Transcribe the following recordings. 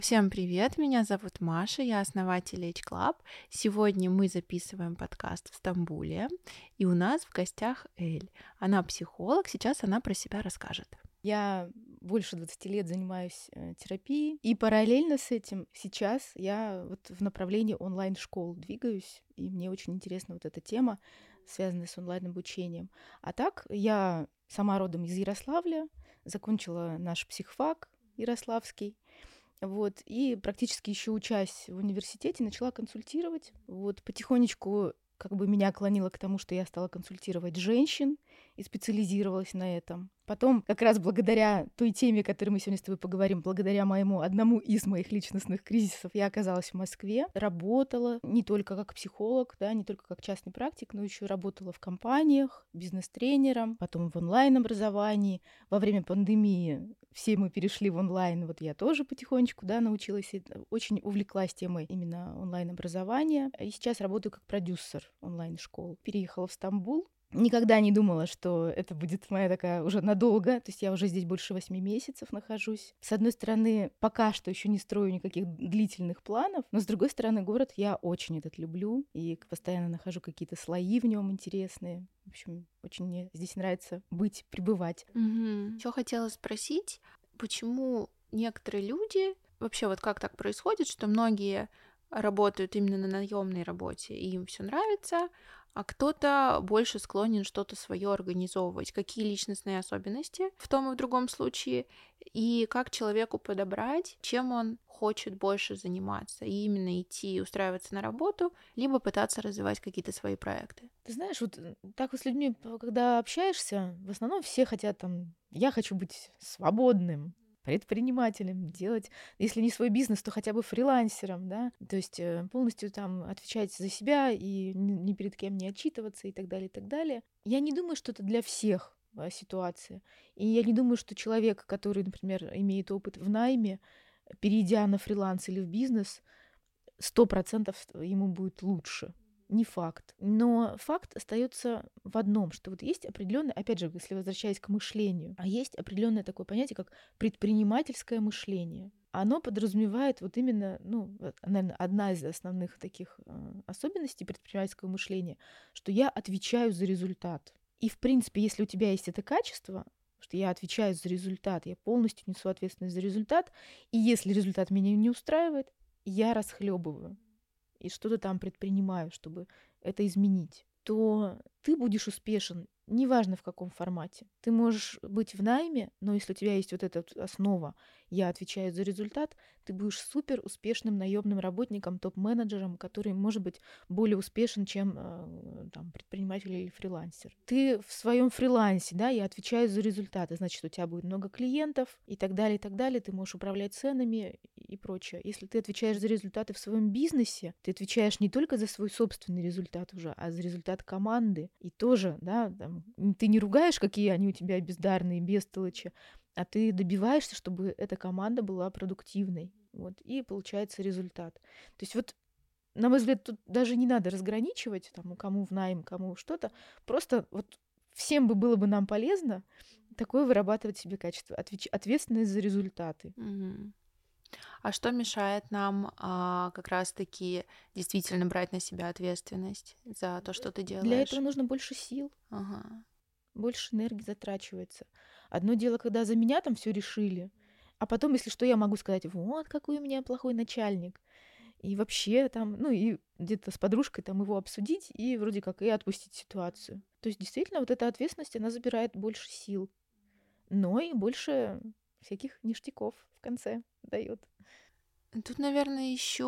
Всем привет, меня зовут Маша, я основатель H Club. Сегодня мы записываем подкаст в Стамбуле, и у нас в гостях Эль. Она психолог, сейчас она про себя расскажет. Я больше 20 лет занимаюсь терапией, и параллельно с этим сейчас я вот в направлении онлайн-школ двигаюсь, и мне очень интересна вот эта тема, связанная с онлайн-обучением. А так, я сама родом из Ярославля, закончила наш психфак ярославский, вот, и практически еще учась в университете, начала консультировать. Вот потихонечку как бы меня клонило к тому, что я стала консультировать женщин и специализировалась на этом. Потом, как раз благодаря той теме, о которой мы сегодня с тобой поговорим, благодаря одному из моих личностных кризисов, я оказалась в Москве, работала не только как психолог, да, не только как частный практик, но еще работала в компаниях, бизнес-тренером, потом в онлайн-образовании. Во время пандемии все мы перешли в онлайн, вот я тоже потихонечку, да, научилась, очень увлеклась темой именно онлайн-образования. И сейчас работаю как продюсер онлайн-школ. Переехала в Стамбул. Никогда не думала, что это будет моя такая уже надолго, то есть я уже здесь больше 8 месяцев нахожусь. С одной стороны, пока что еще не строю никаких длительных планов, но с другой стороны, город я очень этот люблю и постоянно нахожу какие-то слои в нем интересные. В общем, очень мне здесь нравится быть, пребывать. Еще хотела спросить, почему некоторые люди, вообще вот как так происходит, что многие работают именно на наемной работе, и им все нравится, а кто-то больше склонен что-то свое организовывать. Какие личностные особенности в том и в другом случае, и как человеку подобрать, чем он хочет больше заниматься, и именно идти устраиваться на работу, либо пытаться развивать какие-то свои проекты. Ты знаешь, вот так вот с людьми, когда общаешься, в основном все хотят там, я хочу быть свободным, предпринимателем, делать, если не свой бизнес, то хотя бы фрилансером, да, то есть полностью там отвечать за себя и ни перед кем не отчитываться и так далее, и так далее. Я не думаю, что это для всех ситуация. И я не думаю, что человек, который, например, имеет опыт в найме, перейдя на фриланс или в бизнес, 100% ему будет лучше. Не факт. Но факт остается в одном, что вот есть определенное, опять же, если возвращаясь к мышлению, а есть определенное такое понятие, как предпринимательское мышление. Оно подразумевает вот именно, ну, наверное, одна из основных таких особенностей предпринимательского мышления, что я отвечаю за результат. И, в принципе, если у тебя есть это качество, что я отвечаю за результат, я полностью несу ответственность за результат, и если результат меня не устраивает, я расхлебываю и что-то там предпринимаю, чтобы это изменить, то ты будешь успешен, неважно в каком формате. Ты можешь быть в найме, но если у тебя есть вот эта вот основа «я отвечаю за результат», ты будешь супер успешным наемным работником, топ-менеджером, который может быть более успешен, чем там, предприниматель или фрилансер. Ты в своем фрилансе, да, я отвечаю за результаты, значит, у тебя будет много клиентов и так далее, и так далее, ты можешь управлять ценами и прочее. Если ты отвечаешь за результаты в своем бизнесе, ты отвечаешь не только за свой собственный результат уже, а за результат команды. И тоже, да, там, ты не ругаешь, какие они у тебя бездарные, бестолочи, а ты добиваешься, чтобы эта команда была продуктивной. Вот, и получается результат. То есть вот, на мой взгляд, тут даже не надо разграничивать, там, кому в найм, кому что-то. Просто вот всем было бы нам полезно такое вырабатывать себе качество, ответственность за результаты. Мгм. А что мешает нам как раз-таки действительно брать на себя ответственность за то, что ты Для этого делаешь? нужно больше сил, Ага. больше энергии затрачивается. Одно дело, когда за меня там все решили, а потом, если что, я могу сказать: вот какой у меня плохой начальник. И вообще там, ну и где-то с подружкой там его обсудить и вроде как и отпустить ситуацию. То есть действительно вот эта ответственность, она забирает больше сил, но и больше всяких ништяков в конце дает. Тут, наверное, еще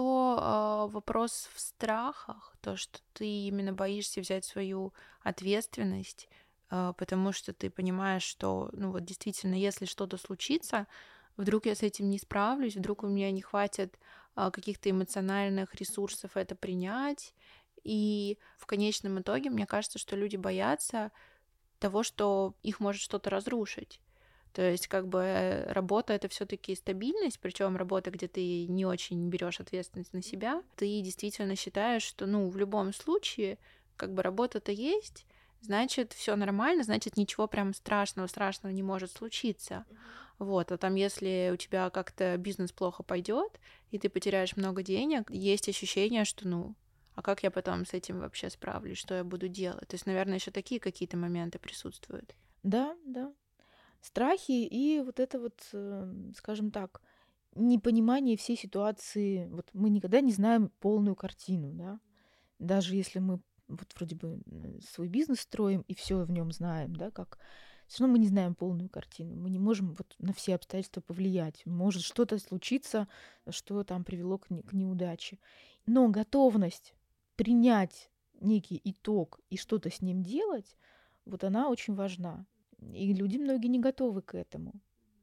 вопрос в страхах, то, что ты именно боишься взять свою ответственность, потому что ты понимаешь, что, ну вот действительно, если что-то случится, вдруг я с этим не справлюсь, вдруг у меня не хватит каких-то эмоциональных ресурсов это принять, и в конечном итоге мне кажется, что люди боятся того, что их может что-то разрушить. То есть, как бы работа это все-таки стабильность, причем работа, где ты не очень берешь ответственность на себя, ты действительно считаешь, что, ну, в любом случае, как бы работа-то есть, значит, все нормально, значит, ничего прям страшного не может случиться. Вот, а там, если у тебя как-то бизнес плохо пойдет, и ты потеряешь много денег, есть ощущение, что, ну, а как я потом с этим вообще справлюсь, что я буду делать? То есть, наверное, еще такие какие-то моменты присутствуют. Да, да. Страхи и вот это вот, скажем так, непонимание всей ситуации. Вот мы никогда не знаем полную картину, да. Даже если мы вот вроде бы свой бизнес строим и все в нем знаем, да, как все равно мы не знаем полную картину. Мы не можем вот на все обстоятельства повлиять. Может что-то случиться, что там привело к неудаче. Но готовность принять некий итог и что-то с ним делать, вот она очень важна. И люди многие не готовы к этому.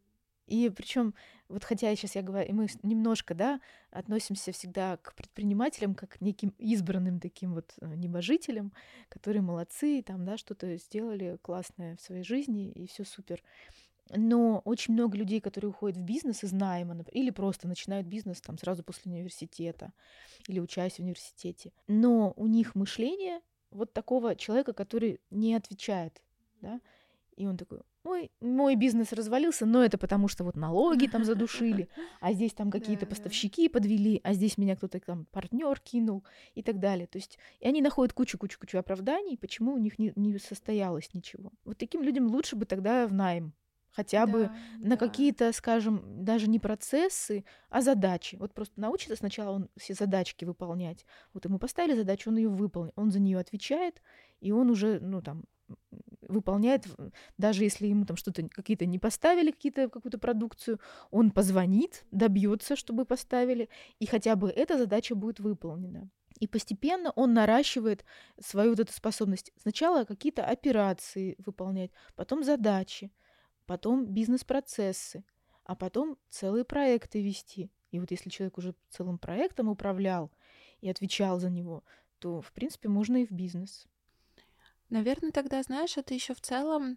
И причем, вот хотя сейчас я говорю, и мы немножко, да, относимся всегда к предпринимателям как к неким избранным таким вот небожителям, которые молодцы, там, да, что-то сделали классное в своей жизни, и все супер. Но очень много людей, которые уходят в бизнес из найма, или просто начинают бизнес там сразу после университета, или учась в университете. Но у них мышление вот такого человека, который не отвечает, да, и он такой: ой, мой бизнес развалился, но это потому, что вот налоги там задушили, а здесь там какие-то Да, да. поставщики подвели, а здесь меня кто-то там партнер кинул и так далее. То есть и они находят кучу оправданий, почему у них не состоялось ничего. Вот таким людям лучше бы тогда в найм. Хотя бы Да, на да. какие-то, скажем, даже не процессы, а задачи. Вот просто научится сначала он все задачки выполнять. Вот ему поставили задачу, он ее выполнил, он за нее отвечает, и он уже, ну там, выполняет, даже если ему там что-то какие-то не поставили, какую-то продукцию, он позвонит, добьется, чтобы поставили, и хотя бы эта задача будет выполнена. И постепенно он наращивает свою вот эту способность. Сначала какие-то операции выполнять, потом задачи, потом бизнес-процессы, а потом целые проекты вести. И вот если человек уже целым проектом управлял и отвечал за него, то, в принципе, можно и в бизнес. Наверное, тогда, знаешь, это еще в целом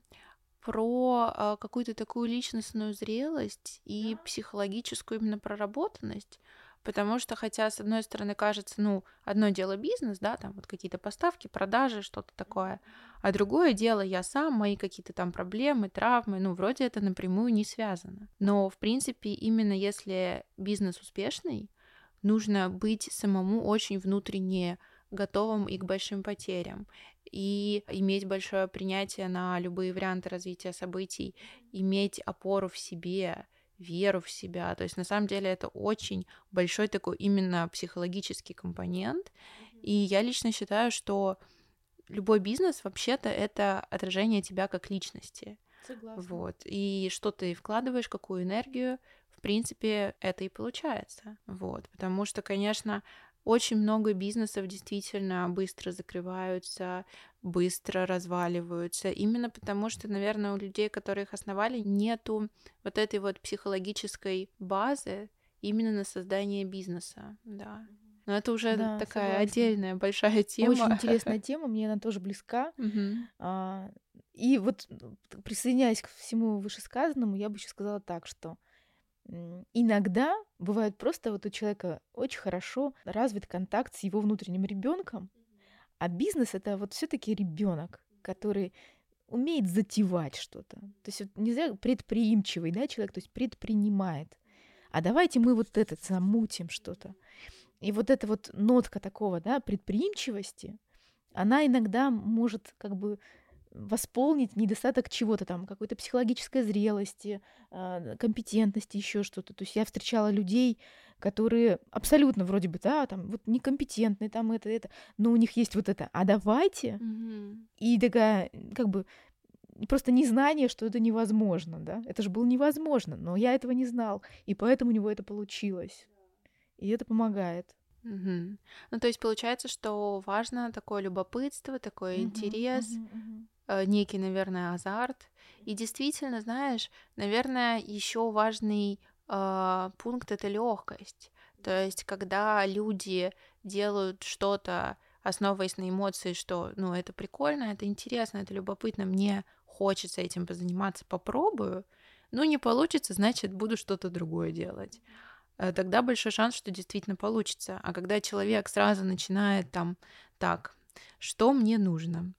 про какую-то такую личностную зрелость и психологическую именно проработанность. Потому что, хотя, с одной стороны, кажется, ну, одно дело бизнес, да, там вот какие-то поставки, продажи, что-то такое, а другое дело я сам, мои какие-то там проблемы, травмы, ну, вроде это напрямую не связано. Но, в принципе, именно если бизнес успешный, нужно быть самому очень внутренне готовым и к большим потерям, и иметь большое принятие на любые варианты развития событий, иметь опору в себе, веру в себя. То есть на самом деле это очень большой такой именно психологический компонент. И я лично считаю, что любой бизнес вообще-то это отражение тебя как личности. Согласна. Вот. И что ты вкладываешь, какую энергию, в принципе, это и получается. Вот. Потому что, конечно, очень много бизнесов действительно быстро закрываются, быстро разваливаются. Именно потому что, наверное, у людей, которые их основали, нету вот этой вот психологической базы именно на создание бизнеса. Да. Но это уже Да, такая согласна. отдельная большая Очень тема. интересная тема, мне она тоже близка. Мгм. А, И вот присоединяясь к всему вышесказанному, я бы еще сказала так, что иногда бывает просто вот у человека очень хорошо развит контакт с его внутренним ребенком, а бизнес это вот все-таки ребенок, который умеет затевать что-то. То есть вот не зря предприимчивый, да, человек, то есть предпринимает. А давайте мы вот этот замутим что-то. И вот эта вот нотка такого, да, предприимчивости, она иногда может как бы восполнить недостаток чего-то там, какой-то психологической зрелости, компетентности, еще что-то. То есть я встречала людей, которые абсолютно вроде бы, да, там вот некомпетентные, там это, но у них есть вот это, а давайте, Мгм. и такая, как бы, просто незнание, что это невозможно, да. Это же было невозможно, но я этого не знал, и поэтому у него это получилось. И это помогает. Мгм. Ну, то есть получается, что важно такое любопытство, такой Мгм, интерес, мгм, мгм. некий, наверное, азарт. И действительно, знаешь, наверное, еще важный пункт это легкость. То есть, когда люди делают что-то, основываясь на эмоции, что, ну, это прикольно, это интересно, это любопытно, мне хочется этим позаниматься, попробую. Ну, не получится, значит, буду что-то другое делать. Тогда большой шанс, что действительно получится. А когда человек сразу начинает там, так, что мне нужно?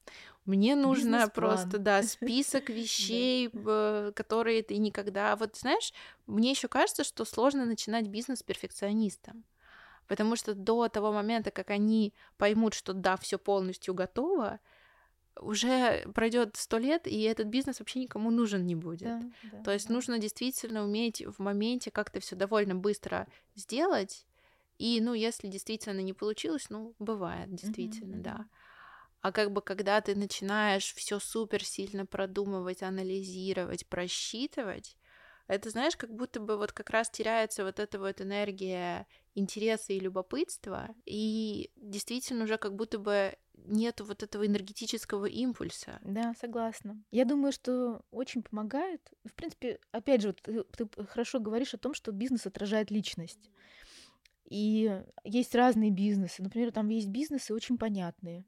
Мне нужно просто, Бизнес-план. да, список Да. вещей, которые ты никогда... Вот знаешь, мне еще кажется, что сложно начинать бизнес с перфекционистом. Потому что до того момента, как они поймут, что да, все полностью готово, уже пройдет 100 лет, и этот бизнес вообще никому нужен не будет. Да, да, То есть да. нужно действительно уметь в моменте как-то все довольно быстро сделать. И, ну, если действительно не получилось, ну, бывает, Мгм, действительно, да. мгм. А как бы когда ты начинаешь все супер сильно продумывать, анализировать, просчитывать, это, знаешь, как будто бы вот как раз теряется вот эта вот энергия интереса и любопытства, и действительно уже как будто бы нету вот этого энергетического импульса. Да, согласна. Я думаю, что очень помогает. В принципе, опять же, вот ты хорошо говоришь о том, что бизнес отражает личность. И есть разные бизнесы. Например, там есть бизнесы очень понятные,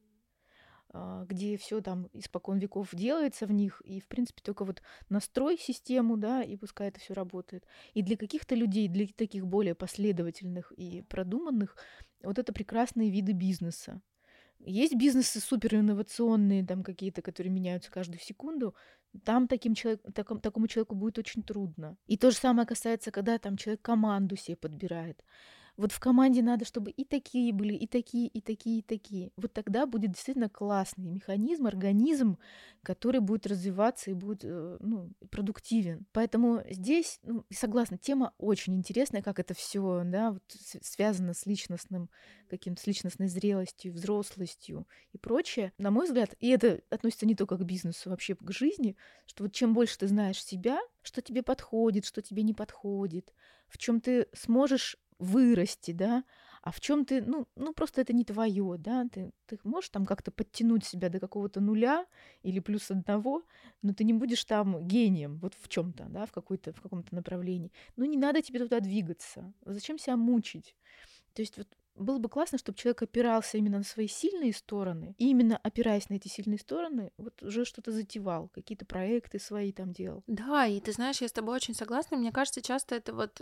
где все там испокон веков делается в них, и, в принципе, только вот настрой систему, да, и пускай это все работает. И для каких-то людей, для таких более последовательных и продуманных, вот это прекрасные виды бизнеса. Есть бизнесы суперинновационные, там какие-то, которые меняются каждую секунду. Там такому человеку будет очень трудно. И то же самое касается, когда там человек команду себе подбирает. Вот в команде надо, чтобы и такие были, и такие, и такие, и такие. Вот тогда будет действительно классный механизм, организм, который будет развиваться и будет ну, продуктивен. Поэтому здесь, ну, согласна, тема очень интересная, как это все, да, вот связано с личностным каким-то, с личностной зрелостью, взрослостью и прочее. На мой взгляд, и это относится не только к бизнесу, вообще к жизни, что вот чем больше ты знаешь себя, что тебе подходит, что тебе не подходит, в чем ты сможешь вырасти, да, а в чем ты, ну просто это не твое, да, ты можешь там как-то подтянуть себя до какого-то нуля или плюс одного, но ты не будешь там гением вот в чем-то, да, в каком-то направлении. Ну не надо тебе туда двигаться. Зачем себя мучить? То есть вот было бы классно, чтобы человек опирался именно на свои сильные стороны, и именно опираясь на эти сильные стороны, вот уже что-то затевал, какие-то проекты свои там делал. Да, и ты знаешь, я с тобой очень согласна. Мне кажется, часто это вот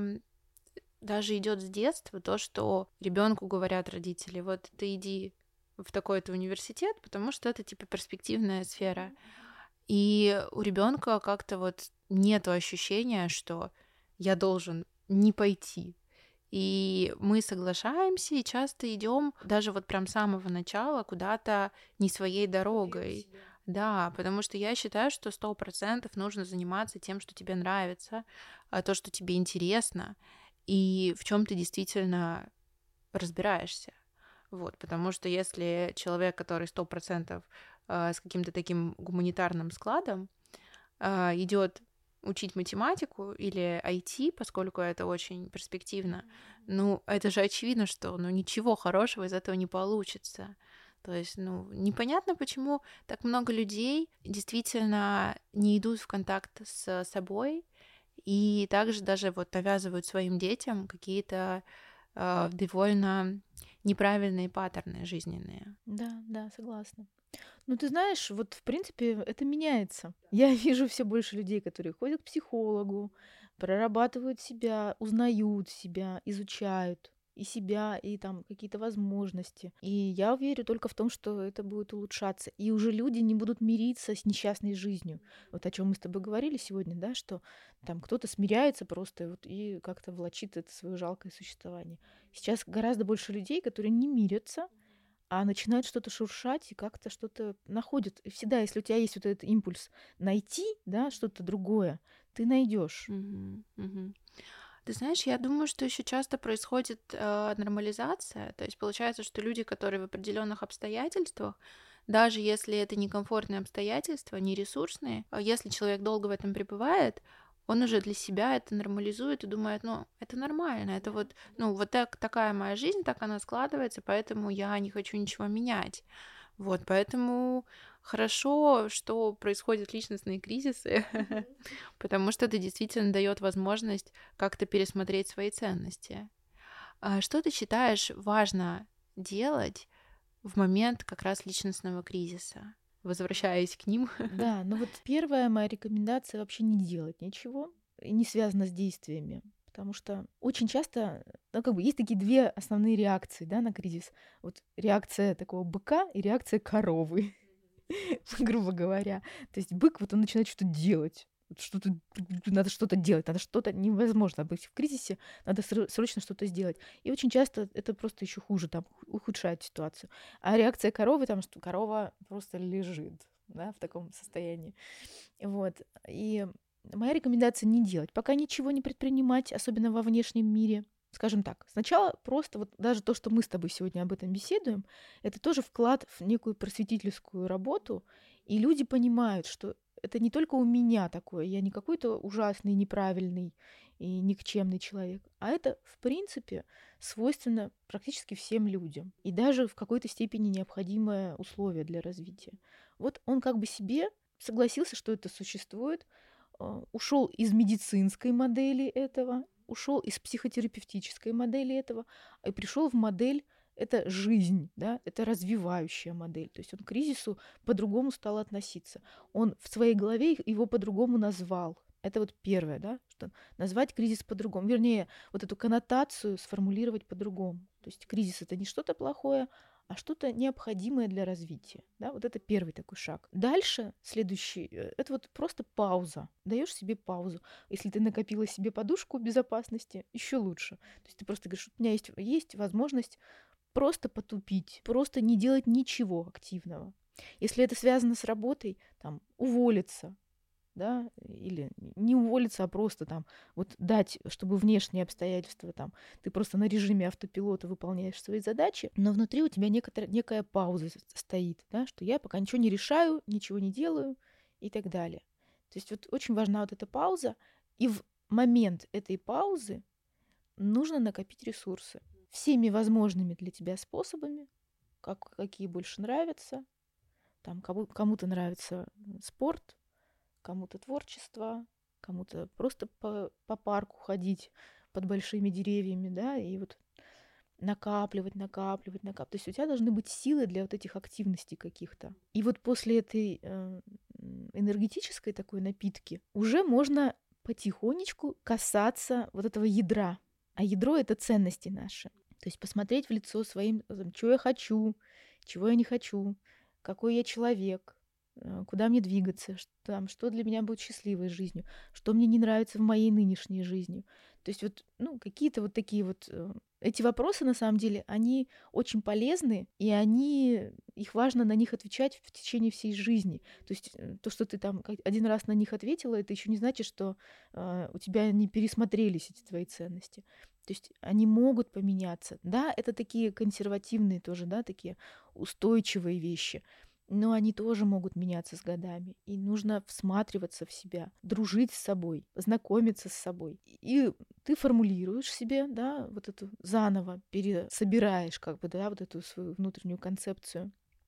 даже идет с детства, то, что ребенку говорят родители, вот ты иди в такой-то университет, потому что это типа перспективная сфера. И у ребенка как-то вот нету ощущения, что я должен не пойти. И мы соглашаемся и часто идем даже вот прям с самого начала куда-то не своей дорогой. Да, потому что я считаю, что 100% нужно заниматься тем, что тебе нравится, то, что тебе интересно, и в чем ты действительно разбираешься. Вот, потому что если человек, который 100% с каким-то таким гуманитарным складом, идет учить математику или IT, поскольку это очень перспективно, ну, это же очевидно, что ну, ничего хорошего из этого не получится. То есть, ну, непонятно, почему так много людей действительно не идут в контакт с собой и также даже вот навязывают своим детям какие-то довольно неправильные паттерны жизненные. Да, да, согласна. Ну, ты знаешь, вот в принципе это меняется. Я вижу все больше людей, которые ходят к психологу, прорабатывают себя, узнают себя, изучают и себя, и там какие-то возможности. И я верю только в том, что это будет улучшаться. И уже люди не будут мириться с несчастной жизнью. Вот о чем мы с тобой говорили сегодня, да, что там кто-то смиряется просто вот, и как-то влачит это свое жалкое существование. Сейчас гораздо больше людей, которые не мирятся, а начинают что-то шуршать и как-то что-то находят. И всегда, если у тебя есть вот этот импульс найти, да, что-то другое, ты найдешь. Мгм, мгм. Ты знаешь, я думаю, что еще часто происходит нормализация. То есть получается, что люди, которые в определенных обстоятельствах, даже если это некомфортные обстоятельства, не ресурсные, если человек долго в этом пребывает, он уже для себя это нормализует и думает, ну, это нормально, это вот, ну, вот так, такая моя жизнь, так она складывается, поэтому я не хочу ничего менять. Вот, поэтому хорошо, что происходят личностные кризисы, потому что это действительно дает возможность как-то пересмотреть свои ценности. А что ты считаешь важно делать в момент как раз личностного кризиса? Возвращаясь к ним. Да, но вот первая моя рекомендация вообще не делать ничего, и не связано с действиями. Потому что очень часто, ну, как бы есть такие две основные реакции, да, на кризис. Вот реакция такого быка и реакция коровы. грубо говоря. То есть бык, вот он начинает что-то делать. Вот что-то, надо что-то делать, надо что-то, невозможно быть в кризисе, надо срочно что-то сделать. И очень часто это просто еще хуже, там, ухудшает ситуацию. А реакция коровы, там, что корова просто лежит, да, в таком состоянии. Вот. И моя рекомендация не делать, пока ничего не предпринимать, особенно во внешнем мире. Скажем так, сначала просто вот даже то, что мы с тобой сегодня об этом беседуем, это тоже вклад в некую просветительскую работу, и люди понимают, что это не только у меня такое, я не какой-то ужасный, неправильный и никчемный человек, а это, в принципе, свойственно практически всем людям, и даже в какой-то степени необходимое условие для развития. Вот он как бы себе согласился, что это существует, ушел из медицинской модели этого, ушел из психотерапевтической модели этого, и пришел в модель это жизнь, да, это развивающая модель. То есть он к кризису по-другому стал относиться. Он в своей голове его по-другому назвал. Это вот первое, да, что назвать кризис по-другому. Вернее, вот эту коннотацию сформулировать по-другому. То есть кризис это не что-то плохое, а что-то необходимое для развития. Да? Вот это первый такой шаг. Дальше, следующий, это вот просто пауза. Даешь себе паузу. Если ты накопила себе подушку безопасности, еще лучше. То есть ты просто говоришь, у меня есть возможность просто потупить, просто не делать ничего активного. Если это связано с работой, там, уволиться, да, или не уволиться, а просто там вот дать, чтобы внешние обстоятельства там, ты просто на режиме автопилота выполняешь свои задачи, но внутри у тебя некая пауза стоит, да, что я пока ничего не решаю, ничего не делаю и так далее. То есть вот очень важна вот эта пауза, и в момент этой паузы нужно накопить ресурсы всеми возможными для тебя способами, какие больше нравятся. Там кому-то нравится спорт, кому-то творчество, кому-то просто по парку ходить под большими деревьями, да, и вот накапливать, накапливать, накапливать. То есть у тебя должны быть силы для вот этих активностей каких-то. И вот после этой энергетической такой напитки уже можно потихонечку касаться вот этого ядра. А ядро — это ценности наши. То есть посмотреть в лицо своим, что я хочу, чего я не хочу, какой я человек, куда мне двигаться, что для меня будет счастливой жизнью, что мне не нравится в моей нынешней жизни. То есть вот, ну, какие-то вот такие вот эти вопросы, на самом деле, они очень полезны, и их важно на них отвечать в течение всей жизни. То есть то, что ты там один раз на них ответила, это еще не значит, что у тебя не пересмотрелись эти твои ценности. То есть они могут поменяться. Да, это такие консервативные тоже, да, такие устойчивые вещи. Но они тоже могут меняться с годами. И нужно всматриваться в себя, дружить с собой, знакомиться с собой. И ты формулируешь себе, да, вот эту заново пересобираешь, как бы, да, вот эту свою внутреннюю концепцию.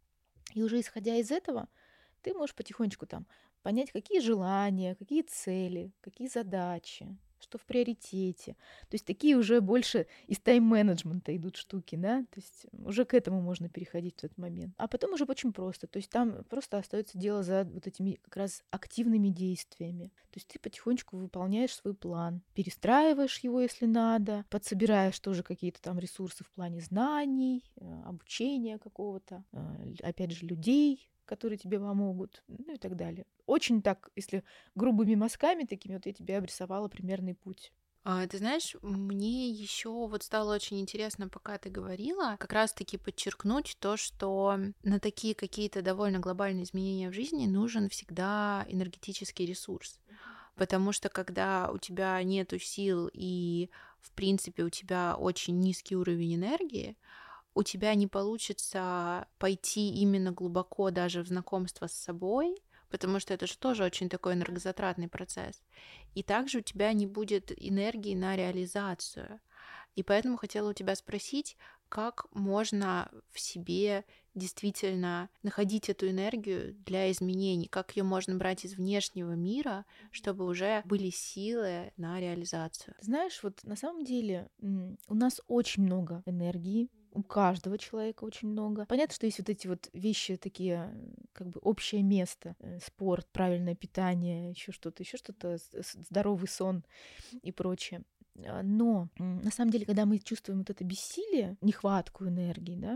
И уже исходя из этого, ты можешь потихонечку там понять, какие желания, какие цели, какие задачи, что в приоритете. То есть такие уже больше из тайм-менеджмента идут штуки, да, то есть уже к этому можно переходить в этот момент. А потом уже очень просто, то есть там просто остается дело за вот этими как раз активными действиями. То есть ты потихонечку выполняешь свой план, перестраиваешь его, если надо, подсобираешь тоже какие-то там ресурсы в плане знаний, обучения какого-то, опять же, людей, которые тебе помогут, ну и так далее. Очень так, если грубыми мазками такими, вот я тебе обрисовала примерный путь. Ты знаешь, мне еще вот стало очень интересно, пока ты говорила, как раз-таки подчеркнуть то, что на такие какие-то довольно глобальные изменения в жизни нужен всегда энергетический ресурс. Потому что когда у тебя нету сил и, в принципе, у тебя очень низкий уровень энергии, у тебя не получится пойти именно глубоко даже в знакомство с собой, потому что это же тоже очень такой энергозатратный процесс. И также у тебя не будет энергии на реализацию. И поэтому хотела у тебя спросить, как можно в себе действительно находить эту энергию для изменений, как ее можно брать из внешнего мира, чтобы уже были силы на реализацию. Знаешь, вот на самом деле у нас очень много энергии, у каждого человека очень много. Понятно, что есть вот эти вот вещи такие, как бы общее место, спорт, правильное питание, еще что-то, здоровый сон и прочее. Но на самом деле, когда мы чувствуем вот это бессилие, нехватку энергии, да,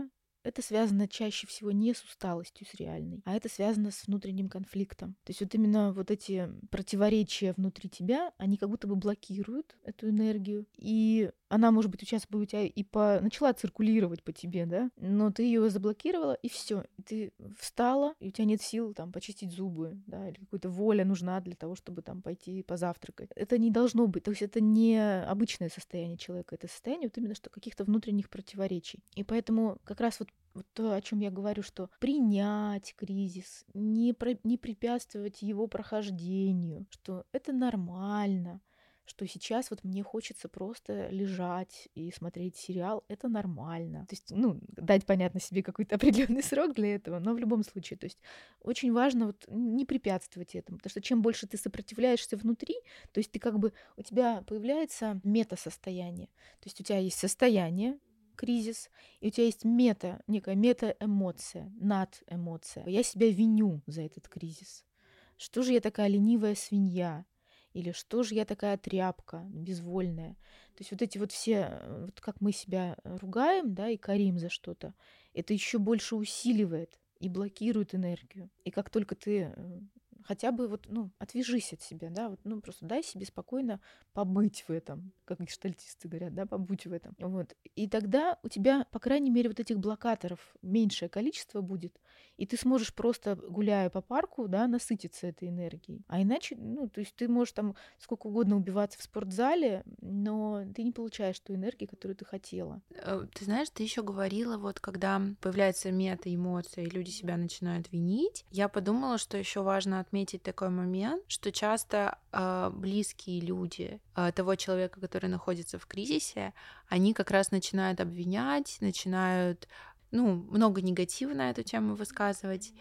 это связано чаще всего не с усталостью, с реальной, а это связано с внутренним конфликтом. То есть вот именно вот эти противоречия внутри тебя, они как будто бы блокируют эту энергию, и она, может быть, сейчас бы у тебя начала циркулировать по тебе, да, но ты ее заблокировала, и все, ты встала, и у тебя нет сил там почистить зубы, да, или какая-то воля нужна для того, чтобы там пойти позавтракать. Это не должно быть, то есть это не обычное состояние человека, это состояние вот именно что каких-то внутренних противоречий. И поэтому как раз вот то, о чем я говорю, что принять кризис, не препятствовать его прохождению, что это нормально, что сейчас вот мне хочется просто лежать и смотреть сериал, это нормально. То есть, дать, понятно, себе какой-то определенный срок для этого, но в любом случае, то есть очень важно вот не препятствовать этому, потому что чем больше ты сопротивляешься внутри, то есть ты как бы, у тебя появляется метасостояние, то есть у тебя есть состояние, кризис, и у тебя есть некая мета-эмоция, над-эмоция. Я себя виню за этот кризис. Что же я такая ленивая свинья? Или что же я такая тряпка безвольная? То есть вот эти вот все, вот как мы себя ругаем, да, и корим за что-то, это еще больше усиливает и блокирует энергию. И как только ты хотя бы вот, отвяжись от себя, да, вот, просто дай себе спокойно побыть в этом, как гештальтисты говорят, да, побудь в этом. Вот. И тогда у тебя, по крайней мере, вот этих блокаторов меньшее количество будет, и ты сможешь просто, гуляя по парку, да, насытиться этой энергией. А иначе, то есть ты можешь там сколько угодно убиваться в спортзале, но ты не получаешь ту энергию, которую ты хотела. Ты знаешь, ты еще говорила, вот когда появляется мета-эмоция, и люди себя начинают винить, я подумала, что еще важно отметить такой момент, что часто близкие люди того человека, который находится в кризисе, они как раз начинают обвинять, начинают много негатива на эту тему высказывать.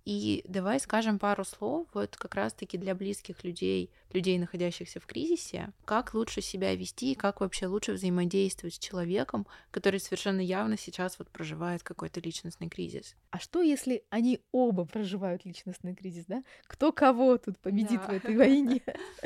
И давай скажем пару слов вот как раз-таки для близких людей, находящихся в кризисе, как лучше себя вести и как вообще лучше взаимодействовать с человеком, который совершенно явно сейчас вот проживает какой-то личностный кризис. А что, если они оба проживают личностный кризис, да? Кто кого тут победит в этой войне?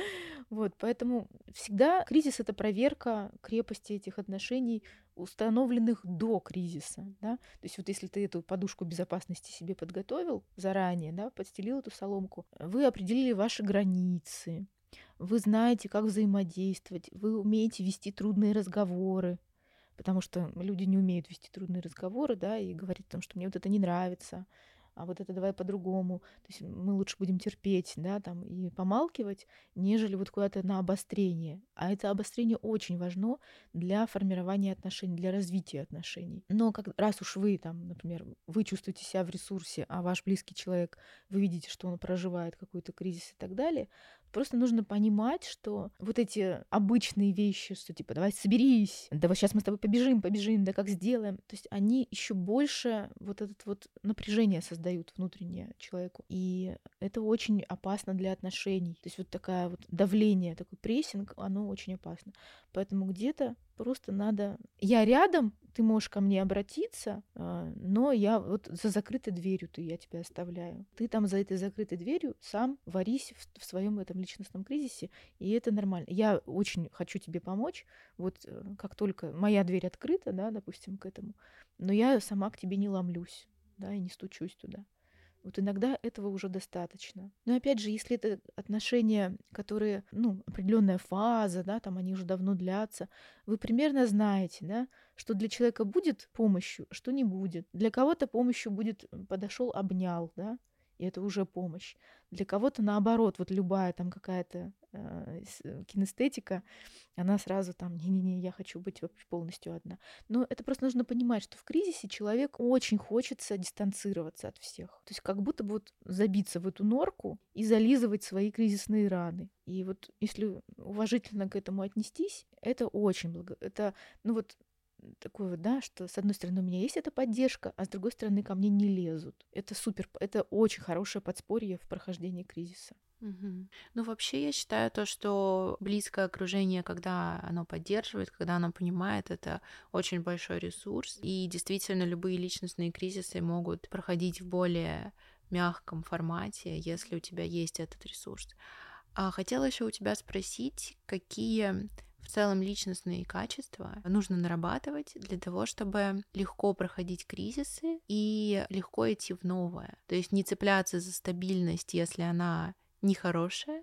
Вот, поэтому всегда кризис — это проверка крепости этих отношений, установленных до кризиса, да. То есть вот если ты эту подушку безопасности себе подготовил заранее, да, подстелил эту соломку, вы определили ваши границы, вы знаете, как взаимодействовать, вы умеете вести трудные разговоры, потому что люди не умеют вести трудные разговоры, да, и говорить о том, что мне вот это не нравится, а вот это давай по-другому. То есть мы лучше будем терпеть, да, там, и помалкивать, нежели вот куда-то на обострение. А это обострение очень важно для формирования отношений, для развития отношений. Но раз уж вы там, например, вы чувствуете себя в ресурсе, а ваш близкий человек, вы видите, что он проживает какой-то кризис и так далее, просто нужно понимать, что вот эти обычные вещи, что типа давай соберись, да вот сейчас мы с тобой побежим, да как сделаем, то есть они еще больше вот этот вот напряжение создают внутреннее человеку. И это очень опасно для отношений. То есть вот такое вот давление, такой прессинг, оно очень опасно. Поэтому где-то просто надо... Я рядом, ты можешь ко мне обратиться, но я вот за закрытой дверью я тебя оставляю. Ты там за этой закрытой дверью сам варись в своем этом личностном кризисе, и это нормально. Я очень хочу тебе помочь, вот как только моя дверь открыта, да, допустим, к этому, но я сама к тебе не ломлюсь, да, и не стучусь туда. Вот иногда этого уже достаточно. Но опять же, если это отношения, которые, определенная фаза, да, там они уже давно длятся, вы примерно знаете, да, что для человека будет помощью, что не будет. Для кого-то помощью будет подошел, обнял, да, и это уже помощь. Для кого-то наоборот, вот любая там какая-то кинестетика, она сразу там, не-не-не, я хочу быть вообще полностью одна. Но это просто нужно понимать, что в кризисе человек очень хочется дистанцироваться от всех. То есть как будто бы вот забиться в эту норку и зализывать свои кризисные раны. И вот если уважительно к этому отнестись, это очень это, такое вот, да, что с одной стороны у меня есть эта поддержка, а с другой стороны ко мне не лезут. Это супер, это очень хорошее подспорье в прохождении кризиса. Мгм. Вообще я считаю то, что близкое окружение, когда оно поддерживает, когда оно понимает, это очень большой ресурс. И действительно, любые личностные кризисы могут проходить в более мягком формате, если у тебя есть этот ресурс. Хотела еще у тебя спросить, какие в в целом личностные качества нужно нарабатывать для того, чтобы легко проходить кризисы и легко идти в новое. То есть не цепляться за стабильность, если она нехорошая,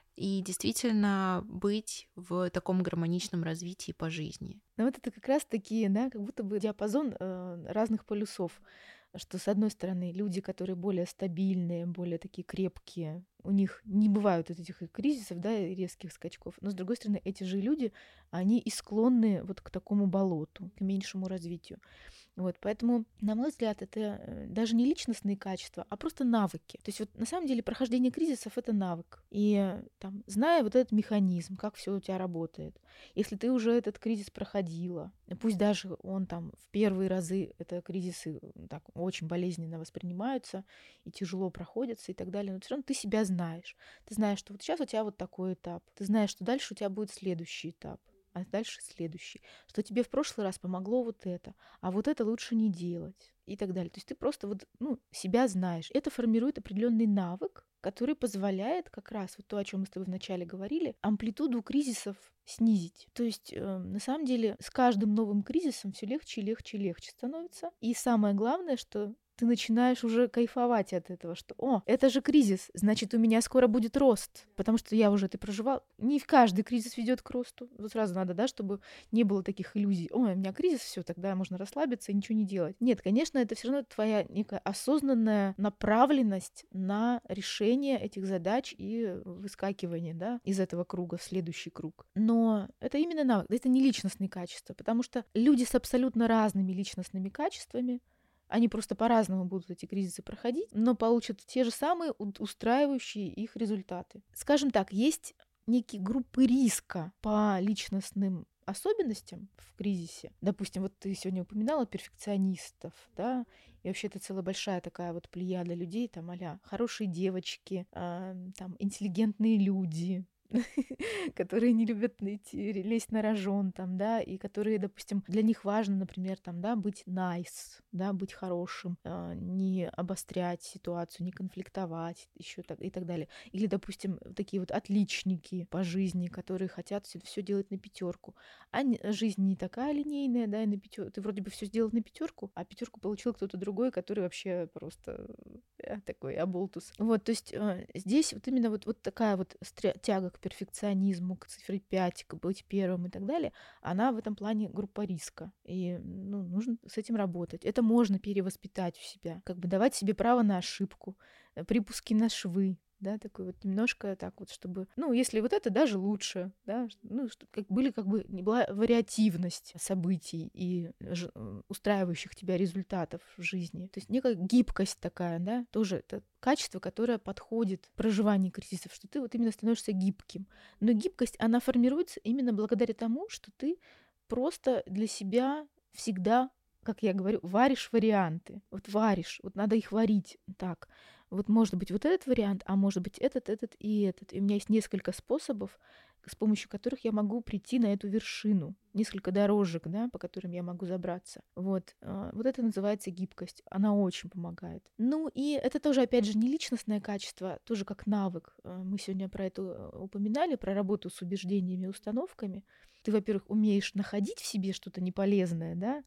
и действительно быть в таком гармоничном развитии по жизни. Но вот это как раз такие, да, как будто бы диапазон разных полюсов. Что, с одной стороны, люди, которые более стабильные, более такие крепкие, у них не бывают вот этих кризисов, да, и резких скачков. Но, с другой стороны, эти же люди, они и склонны вот к такому болоту, к меньшему развитию. Вот, поэтому, на мой взгляд, это даже не личностные качества, а просто навыки. То есть вот на самом деле прохождение кризисов — это навык. И там, зная вот этот механизм, как все у тебя работает, если ты уже этот кризис проходила, пусть даже он там в первые разы, это кризисы так очень болезненно воспринимаются и тяжело проходятся и так далее, но все равно ты себя знаешь. Ты знаешь, что вот сейчас у тебя вот такой этап. Ты знаешь, что дальше у тебя будет следующий этап, а дальше следующий. Что тебе в прошлый раз помогло вот это, а вот это лучше не делать и так далее. То есть ты просто вот, себя знаешь. Это формирует определенный навык, который позволяет как раз вот то, о чем мы с тобой вначале говорили, амплитуду кризисов снизить. То есть на самом деле с каждым новым кризисом все легче и легче и легче становится. И самое главное, что ты начинаешь уже кайфовать от этого, что, это же кризис, значит, у меня скоро будет рост, потому что я уже это проживал. Не в каждый кризис ведет к росту. Вот сразу надо, да, чтобы не было таких иллюзий. У меня кризис, все, тогда можно расслабиться и ничего не делать. Нет, конечно, это все равно твоя некая осознанная направленность на решение этих задач и выскакивание, да, из этого круга в следующий круг. Но это именно навык, это не личностные качества, потому что люди с абсолютно разными личностными качествами, они просто по-разному будут эти кризисы проходить, но получат те же самые устраивающие их результаты. Скажем так, есть некие группы риска по личностным особенностям в кризисе. Допустим, вот ты сегодня упоминала перфекционистов, да, и вообще это целая большая такая вот плеяда людей, там а-ля хорошие девочки, там интеллигентные люди, которые не любят лезть на рожон, там, да, и которые, допустим, для них важно, например, там, да, быть nice, да, быть хорошим, не обострять ситуацию, не конфликтовать, еще так и так далее. Или, допустим, такие вот отличники по жизни, которые хотят все делать на пятерку. Жизнь не такая линейная, да, и на пятерку. Ты вроде бы все сделал на пятерку, а пятерку получил кто-то другой, который вообще просто такой оболтус. Вот, то есть здесь вот именно вот такая вот тяга к перфекционизму, к цифре 5, к быть первым и так далее, она в этом плане группа риска. И нужно с этим работать. Это можно перевоспитать у себя, как бы давать себе право на ошибку, припуски на швы, да, такой вот немножко так вот, чтобы, если вот это даже лучше, да, чтобы не была вариативность событий и устраивающих тебя результатов в жизни. То есть некая гибкость такая, да, тоже это качество, которое подходит в проживании кризисов, что ты вот именно становишься гибким. Но гибкость, она формируется именно благодаря тому, что ты просто для себя всегда, как я говорю, варишь варианты. Вот варишь, вот надо их варить так. Вот может быть вот этот вариант, а может быть этот и этот. И у меня есть несколько способов, с помощью которых я могу прийти на эту вершину. Несколько дорожек, да, по которым я могу забраться. Вот это называется гибкость. Она очень помогает. И это тоже, опять же, не личностное качество, тоже как навык. Мы сегодня про это упоминали, про работу с убеждениями и установками. Ты, во-первых, умеешь находить в себе что-то неполезное, да,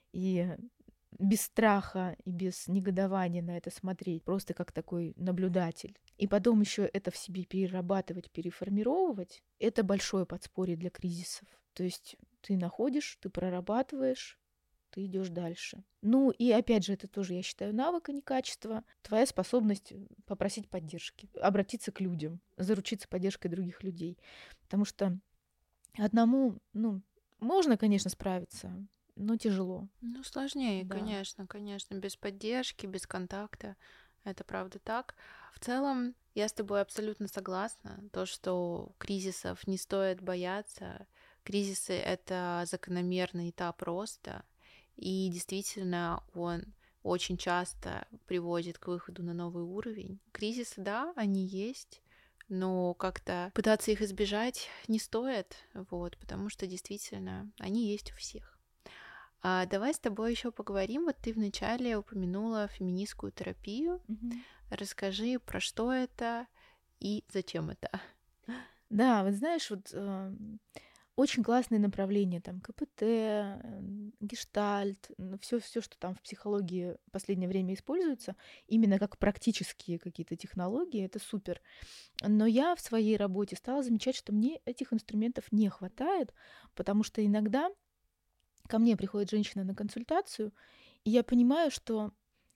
и без страха и без негодования на это смотреть, просто как такой наблюдатель. И потом еще это в себе перерабатывать, переформировывать, это большое подспорье для кризисов. То есть ты находишь, ты прорабатываешь, ты идешь дальше. И опять же, это тоже, я считаю, навык, а не качество. Твоя способность попросить поддержки, обратиться к людям, заручиться поддержкой других людей. Потому что одному, можно, конечно, справиться, но тяжело. Сложнее, Да. конечно, без поддержки, без контакта. Это правда так. В целом, я с тобой абсолютно согласна. То, что кризисов не стоит бояться. Кризисы — это закономерный этап роста. И действительно, он очень часто приводит к выходу на новый уровень. Кризисы, да, они есть, но как-то пытаться их избежать не стоит, потому что действительно они есть у всех. Давай с тобой еще поговорим. Вот ты вначале упомянула феминистскую терапию. Расскажи, про что это и зачем это. Да, вот знаешь, Очень классные направления, там КПТ, гештальт, все, что там в психологии в последнее время используется, именно как практические какие-то технологии, это супер. Но я в своей работе стала замечать, что мне этих инструментов не хватает, потому что иногда ко мне приходит женщина на консультацию, и я понимаю, что,